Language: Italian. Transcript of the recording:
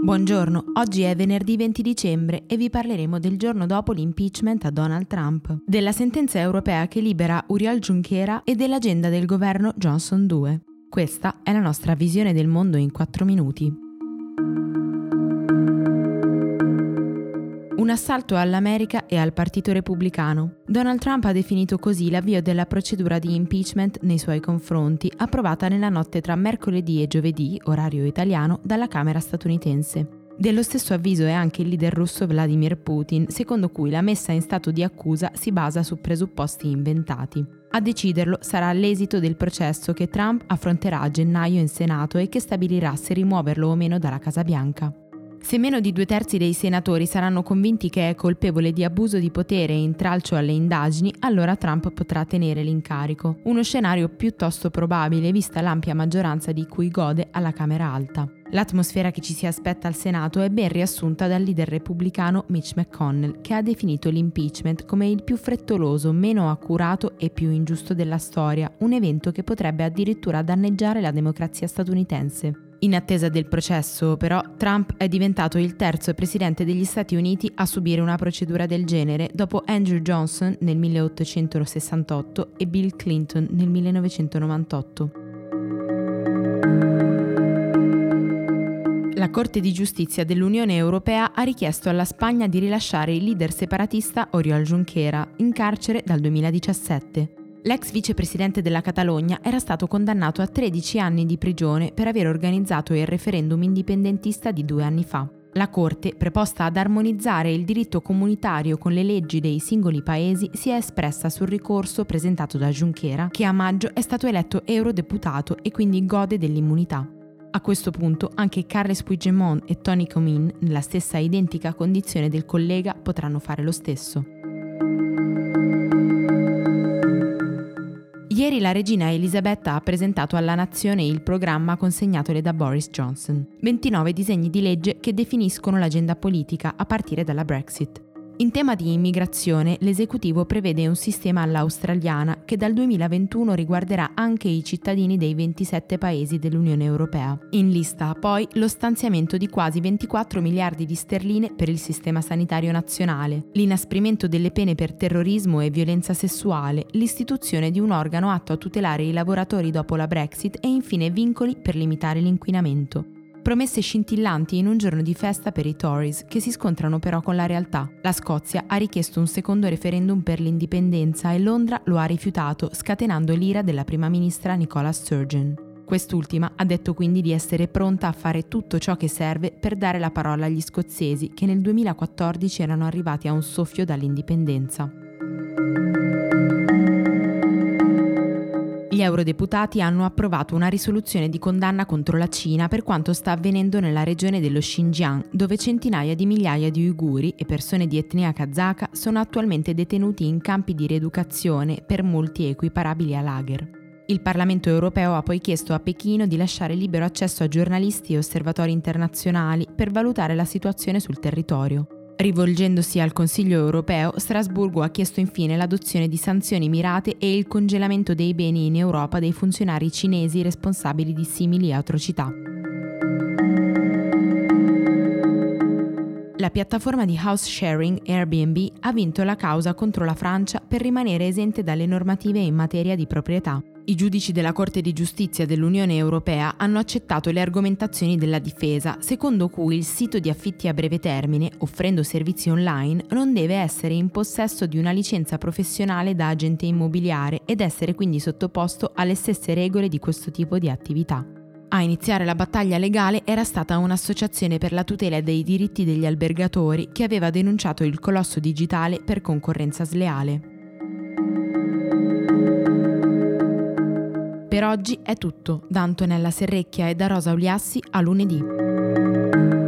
Buongiorno, oggi è venerdì 20 dicembre e vi parleremo del giorno dopo l'impeachment a Donald Trump, della sentenza europea che libera Oriol Junqueras e dell'agenda del governo Johnson 2. Questa è la nostra visione del mondo in 4 minuti. Un assalto all'America e al Partito Repubblicano. Donald Trump ha definito così l'avvio della procedura di impeachment nei suoi confronti, approvata nella notte tra mercoledì e giovedì, orario italiano, dalla Camera statunitense. Dello stesso avviso è anche il leader russo Vladimir Putin, secondo cui la messa in stato di accusa si basa su presupposti inventati. A deciderlo sarà l'esito del processo che Trump affronterà a gennaio in Senato e che stabilirà se rimuoverlo o meno dalla Casa Bianca. Se meno di 2/3 dei senatori saranno convinti che è colpevole di abuso di potere e intralcio alle indagini, allora Trump potrà tenere l'incarico. Uno scenario piuttosto probabile vista l'ampia maggioranza di cui gode alla Camera Alta. L'atmosfera che ci si aspetta al Senato è ben riassunta dal leader repubblicano Mitch McConnell, che ha definito l'impeachment come il più frettoloso, meno accurato e più ingiusto della storia, un evento che potrebbe addirittura danneggiare la democrazia statunitense. In attesa del processo, però, Trump è diventato il terzo presidente degli Stati Uniti a subire una procedura del genere dopo Andrew Johnson nel 1868 e Bill Clinton nel 1998. La Corte di Giustizia dell'Unione Europea ha richiesto alla Spagna di rilasciare il leader separatista Oriol Junqueras, in carcere dal 2017. L'ex vicepresidente della Catalogna era stato condannato a 13 anni di prigione per aver organizzato il referendum indipendentista di 2 anni fa. La Corte, preposta ad armonizzare il diritto comunitario con le leggi dei singoli paesi, si è espressa sul ricorso presentato da Junqueras, che a maggio è stato eletto eurodeputato e quindi gode dell'immunità. A questo punto anche Carles Puigdemont e Toni Comín, nella stessa identica condizione del collega, potranno fare lo stesso. Ieri la regina Elisabetta ha presentato alla nazione il programma consegnatole da Boris Johnson. 29 disegni di legge che definiscono l'agenda politica a partire dalla Brexit. In tema di immigrazione, l'esecutivo prevede un sistema all'australiana che dal 2021 riguarderà anche i cittadini dei 27 paesi dell'Unione Europea. In lista poi lo stanziamento di quasi 24 miliardi di sterline per il sistema sanitario nazionale, l'inasprimento delle pene per terrorismo e violenza sessuale, l'istituzione di un organo atto a tutelare i lavoratori dopo la Brexit e infine vincoli per limitare l'inquinamento. Promesse scintillanti in un giorno di festa per i Tories, che si scontrano però con la realtà. La Scozia ha richiesto un secondo referendum per l'indipendenza e Londra lo ha rifiutato, scatenando l'ira della prima ministra Nicola Sturgeon. Quest'ultima ha detto quindi di essere pronta a fare tutto ciò che serve per dare la parola agli scozzesi, che nel 2014 erano arrivati a un soffio dall'indipendenza. Gli eurodeputati hanno approvato una risoluzione di condanna contro la Cina per quanto sta avvenendo nella regione dello Xinjiang, dove centinaia di migliaia di uiguri e persone di etnia kazaka sono attualmente detenuti in campi di rieducazione, per molti equiparabili a lager. Il Parlamento europeo ha poi chiesto a Pechino di lasciare libero accesso a giornalisti e osservatori internazionali per valutare la situazione sul territorio. Rivolgendosi al Consiglio europeo, Strasburgo ha chiesto infine l'adozione di sanzioni mirate e il congelamento dei beni in Europa dei funzionari cinesi responsabili di simili atrocità. La piattaforma di house sharing Airbnb ha vinto la causa contro la Francia per rimanere esente dalle normative in materia di proprietà. I giudici della Corte di Giustizia dell'Unione Europea hanno accettato le argomentazioni della difesa, secondo cui il sito di affitti a breve termine, offrendo servizi online, non deve essere in possesso di una licenza professionale da agente immobiliare ed essere quindi sottoposto alle stesse regole di questo tipo di attività. A iniziare la battaglia legale era stata un'associazione per la tutela dei diritti degli albergatori che aveva denunciato il colosso digitale per concorrenza sleale. Per oggi è tutto. Da Antonella Serrecchia e da Rosa Uliassi a lunedì.